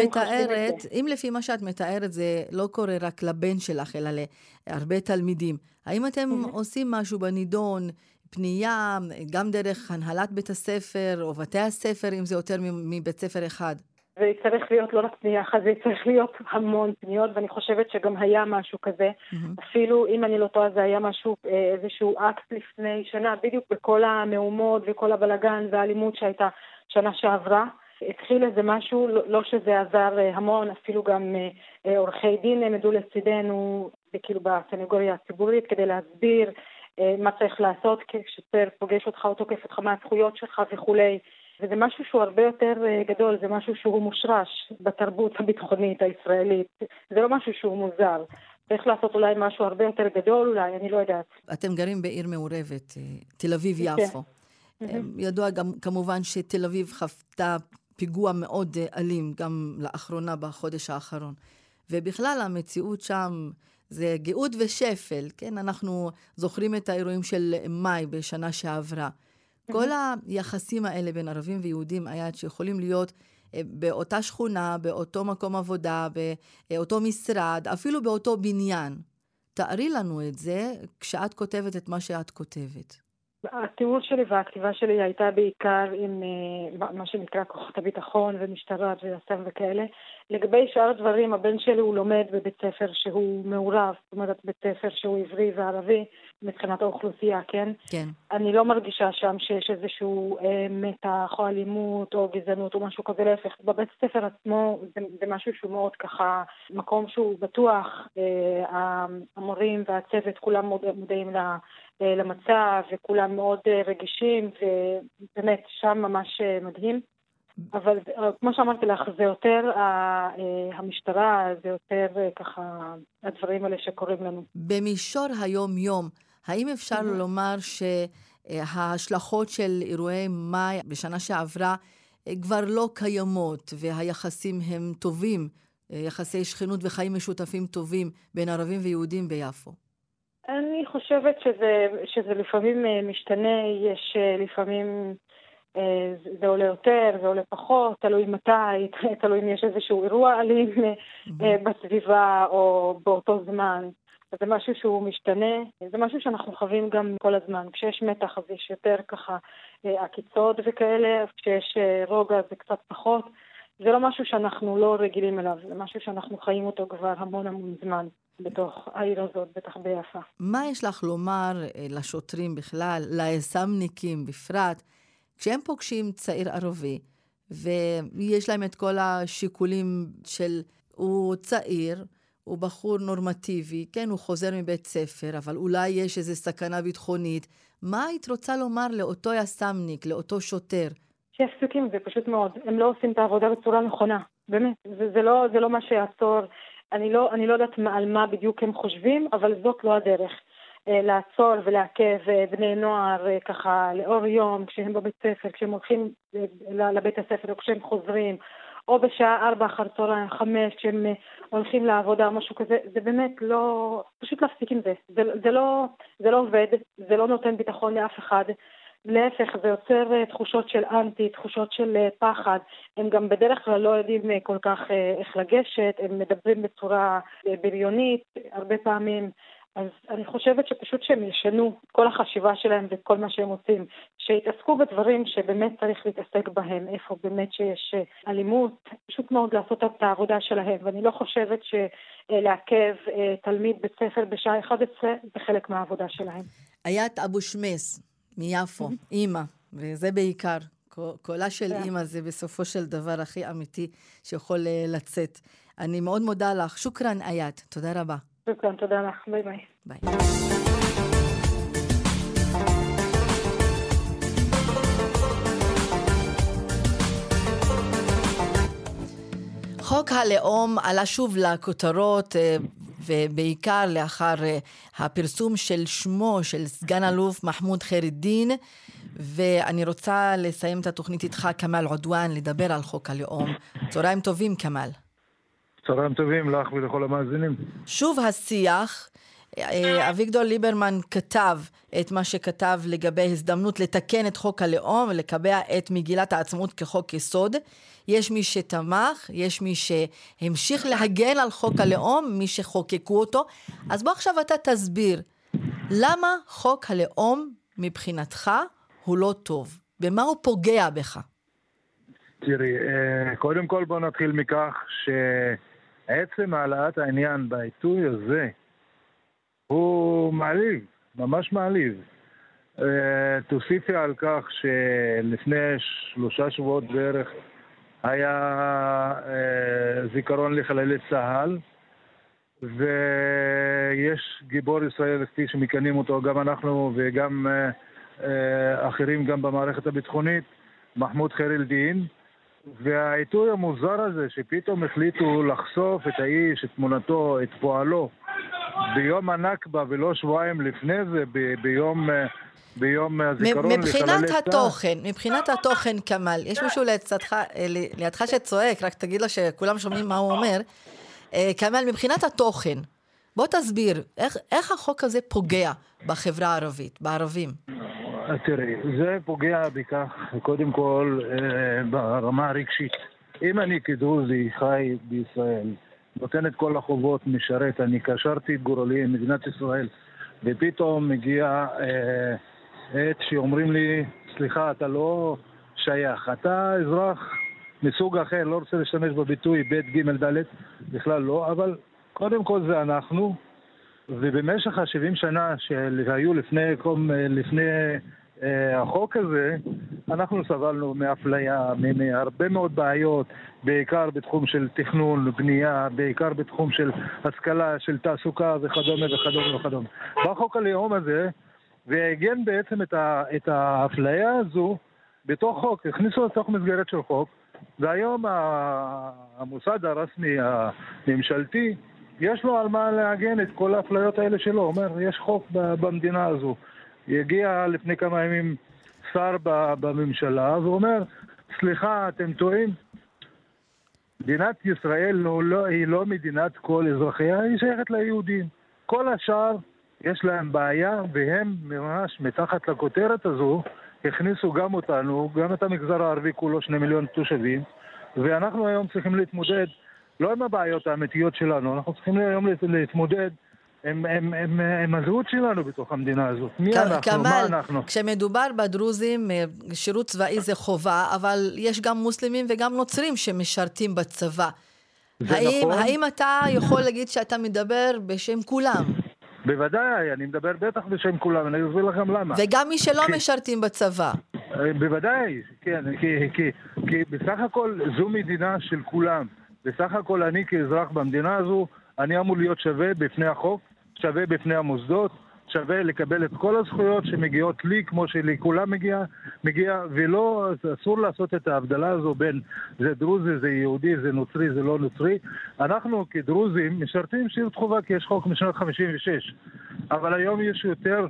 מה שאת מתארת, זה לא קורה רק לבן שלך, אלא להרבה תלמידים. האם אתם עושים משהו בנידון, פנייה, גם דרך הנהלת בית הספר, או בתי הספר, אם זה יותר מבית ספר אחד? זה צריך להיות לא רק פנייה אחת, זה צריך להיות המון פניות, ואני חושבת שגם היה משהו כזה. אפילו אם אני לא טועה, זה היה משהו, איזשהו אקט לפני שנה, בדיוק בכל המהומות וכל הבלגן והאלימות שהייתה שנה שעברה. התחיל איזה משהו, לא שזה עזר המון, אפילו גם עורכי דין נעמדו לצידנו, כאילו בסנגוריה הציבורית, כדי להסביר מה צריך לעשות כששוטר פוגש אותך או תוקף אותך מהזכויות שלך וכולי. וזה משהו שהוא הרבה יותר גדול, זה משהו שהוא מושרש בתרבות הביטחונית הישראלית. זה לא משהו שהוא מוזר. צריך לעשות אולי משהו הרבה יותר גדול, אולי, אני לא יודעת. אתם גרים בעיר מעורבת, תל אביב-יפו. ידוע גם כמובן שתל אביב חוותה פיגוע מאוד אלים, גם לאחרונה בחודש האחרון. ובכלל המציאות שם זה גאות ושפל, כן? אנחנו זוכרים את האירועים של מאי בשנה שעברה. כל היחסים האלה בין ערבים ויהודים היה שיכולים להיות באותה שכונה, באותו מקום עבודה, באותו משרד, אפילו באותו בניין. תארי לנו את זה כשאת כותבת את מה שאת כותבת. התיאור שלי והכתיבה שלי הייתה בעיקר עם מה שנקרא כוחות הביטחון ומשטרה והסם וכאלה. לגבי שאר הדברים, הבן שלי הוא לומד בבית ספר שהוא מעורב, זאת אומרת בית ספר שהוא עברי וערבי, מבחינת האוכלוסייה, כן? כן. אני לא מרגישה שם שיש איזשהו מתח או אלימות או גזענות או משהו כזה, להפך. בבית ספר עצמו זה משהו שהוא מאוד ככה, מקום שהוא בטוח, המורים והצוות כולם מודעים למצב וכולם מאוד רגישים, ובאמת שם ממש מדהים. אבל כמו שאמרתי לך, זה יותר המשטרה, זה יותר ככה הדברים האלה שקורים לנו. במישור היום-יום, האם אפשר לומר שההשלכות של אירועי מאי בשנה שעברה כבר לא קיימות, והיחסים הם טובים, יחסי שכנות וחיים משותפים טובים בין ערבים ויהודים ביפו? אני חושבת שזה לפעמים משתנה, יש לפעמים זה עולה יותר, זה עולה פחות, תלוי מתי, תלוי אם יש איזשהו אירוע אלים בסביבה או באותו זמן. זה משהו שהוא משתנה, זה משהו שאנחנו חווים גם כל הזמן. כשיש מתח אז יש יותר ככה עקיצות וכאלה, כשיש רוגע זה קצת פחות. זה לא משהו שאנחנו לא רגילים אליו, זה משהו שאנחנו חיים אותו כבר המון זמן בתוך העיר הזאת, בטח ביפה. מה יש לך לומר לשוטרים בכלל, ליס"מניקים בפרט, כשהם פוגשים צעיר ערבי, ויש להם את כל השיקולים של הוא צעיר, הוא בחור נורמטיבי, כן, הוא חוזר מבית ספר, אבל אולי יש איזו סכנה ביטחונית. מה היית רוצה לומר לאותו יס"מניק, לאותו שוטר? שיפסיקים, זה פשוט מאוד. הם לא עושים את העבודה בצורה נכונה. באמת, זה לא מה שיעצור. אני לא יודעת על מה בדיוק הם חושבים, אבל זאת לא הדרך. לעצור ולעכב בני נוער ככה לאור יום, כשהם בבית ספר, כשהם הולכים לבית הספר או כשהם חוזרים, או בשעה 4 אחר צהריים, 5, כשהם הולכים לעבודה, משהו כזה, זה באמת לא, פשוט להפסיק עם זה. זה לא עובד, זה לא נותן ביטחון לאף אחד. להפך, זה יוצר תחושות של אנטי, תחושות של פחד. הם גם בדרך כלל לא יודעים כל כך איך לגשת, הם מדברים בצורה בריונית, הרבה פעמים. אז אני חושבת שפשוט שהם ישנו כל החשיבה שלהם וכל מה שהם עושים, שיתעסקו בדברים שבאמת צריך להתעסק בהם, איפה באמת שיש אלימות, פשוט מאוד לעשות את העבודה שלהם. ואני לא חושבת שלעכב תלמיד בית ספר בשעה 11 זה חלק מהעבודה שלהם. איית אבו שמס מיפו, אמא, וזה בעיקר, קולה של אמא זה בסופו של דבר הכי אמיתי שיכול לצאת. אני מאוד מודה לך, שוקרן איית, תודה רבה. שוקרן, תודה לך, ביי ביי. ביי. חוק הלאום עלה שוב לכותרות, ובעיקר לאחר הפרסום של שמו של סגן אלוף מחמוד חיר א-דין, ואני רוצה לסיים את התוכנית איתך, כמאל עודואן, לדבר על חוק הלאום. צהריים טובים, כמאל. צהריים טובים לך ולכל המאזינים. שוב השיח, אביגדור ליברמן כתב את מה שכתב לגבי הזדמנות לתקן את חוק הלאום ולקבע את מגילת העצמאות כחוק יסוד. יש מי שתמך, יש מי שהמשיך להגן על חוק הלאום, מי שחוקקו אותו. אז בוא עכשיו אתה תסביר, למה חוק הלאום מבחינתך הוא לא טוב? במה הוא פוגע בך? תראי, קודם כל בוא נתחיל מכך שעצם העלאת העניין בעיתוי הזה הוא מעליב, ממש מעליב. תוסיפי על כך שלפני 3 שבועות בערך היה זיכרון לחללי צה"ל, ויש גיבור ישראל כפי שמכנים אותו, גם אנחנו וגם אחרים גם במערכת הביטחונית, מחמוד חיר א-דין, והעיתוי המוזר הזה שפתאום החליטו לחשוף את האיש, את תמונתו, את פועלו, ביום הנכבה ולא שבועיים לפני זה, ביום הזיכרון לחללי צה"ל. מבחינת התוכן, כמאל, יש מישהו לידך שצועק, רק תגיד לו שכולם שומעים מה הוא אומר. כמאל, מבחינת התוכן, בוא תסביר, איך החוק הזה פוגע בחברה הערבית, בערבים? תראי, זה פוגע בכך, קודם כל, ברמה הרגשית. אם אני כדרוזי חי בישראל, נותן את כל החובות, משרת, אני קשרתי את גורלי עם מדינת ישראל, ופתאום מגיע עת שאומרים לי, סליחה, אתה לא שייך, אתה אזרח מסוג אחר, לא רוצה להשתמש בביטוי ב' ג' ד', בכלל לא, אבל קודם כל זה אנחנו, ובמשך ה-70 שנה שהיו לפני החוק הזה, אנחנו סבלנו מאפליה, מהרבה מאוד בעיות, בעיקר בתחום של תכנון, בנייה, בעיקר בתחום של השכלה, של תעסוקה וכדומה וכדומה וכדומה. בחוק הלאום הזה, והגן בעצם את האפליה הזו בתוך חוק, הכניסו לתוך מסגרת של חוק, והיום המוסד הרסמי הממשלתי, יש לו על מה להגן את כל האפליות האלה שלו. אומר, יש חוק במדינה הזו. יגיע לפני כמה ימים שר בממשלה ואומר, סליחה, אתם טועים? מדינת ישראל היא לא מדינת כל אזרחיה, היא שייכת ליהודים. כל השאר יש להם בעיה, והם ממש מתחת לכותרת הזו הכניסו גם אותנו, גם את המגזר הערבי כולו 2 מיליון תושבים, ואנחנו היום צריכים להתמודד לא עם הבעיות האמיתיות שלנו, אנחנו צריכים היום להתמודד עם הזהות שלנו בתוך המדינה הזאת. מי אנחנו? מה אנחנו? כשמדובר בדרוזים, שירות צבאי זה חובה, אבל יש גם מוסלמים וגם נוצרים שמשרתים בצבא. האם אתה יכול להגיד שאתה מדבר בשם כולם? בוודאי, אני מדבר בטח בשם כולם, אני אסביר לכם למה. וגם מי שלא משרתים בצבא. בוודאי, כן, כי בסך הכל זו מדינה של כולם. בסך הכל אני כאזרח במדינה הזו, אני אמור להיות שווה בפני החוק, שווה בפני המוסדות, שווה לקבל את כל הזכויות שמגיעות לי כמו שלכולם מגיע, ולא, אסור לעשות את ההבדלה הזו בין זה דרוזי, זה יהודי, זה נוצרי, זה לא נוצרי. אנחנו כדרוזים משרתים שירות חובה כי יש חוק משנת 56, אבל היום יש יותר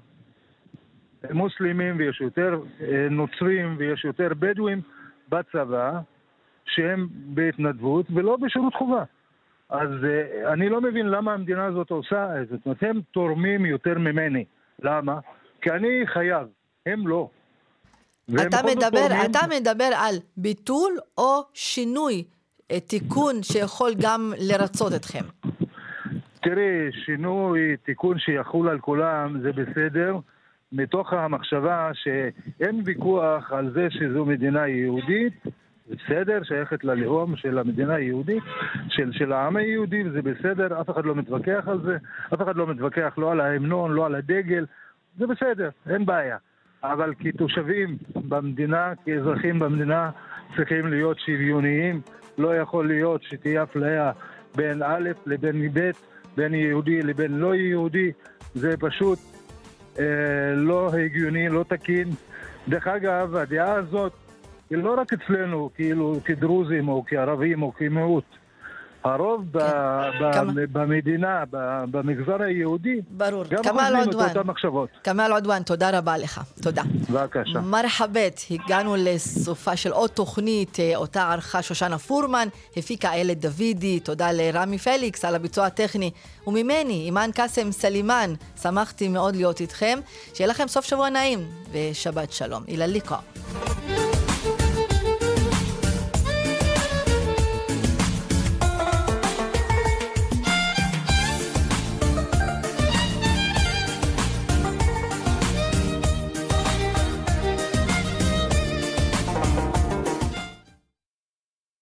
מוסלמים ויש יותר נוצרים ויש יותר בדואים בצבא שהם בהתנדבות ולא בשירות חובה. אז אני לא מבין למה המדינה הזאת עושה את זה. זאת אומרת, הם תורמים יותר ממני. למה? כי אני חייב, הם לא. אתה מדבר על ביטול או שינוי, תיקון שיכול גם לרצות אתכם? תראי, שינוי, תיקון שיחול על כולם, זה בסדר, מתוך המחשבה שאין ויכוח על זה שזו מדינה יהודית, בסדר, שייכת ללאום של המדינה היהודית, של העם היהודי, וזה בסדר, אף אחד לא מתווכח על זה, אף אחד לא מתווכח לא על ההמנון, לא על הדגל, זה בסדר, אין בעיה. אבל כתושבים במדינה, כאזרחים במדינה, צריכים להיות שוויוניים, לא יכול להיות שתהיה אפליה בין א' לבין ב', בין יהודי לבין לא יהודי, זה פשוט לא הגיוני, לא תקין. דרך אגב, הדעה הזאת היא לא רק אצלנו, כאילו כדרוזים או כערבים או כמיעוט. הרוב במדינה, במגזר היהודי, ברור. גם חושבים את אותם מחשבות. כמאל עודואן, תודה רבה לך. תודה. בבקשה. מרחבת, הגענו לסופה של עוד תוכנית, אותה ערכה שושנה פורמן, הפיקה איילת דוידי, תודה לרמי פליקס על הביצוע הטכני, וממני, אימן קאסם סלימן, שמחתי מאוד להיות איתכם, שיהיה לכם סוף שבוע נעים, ושבת שלום. אילה ליקה.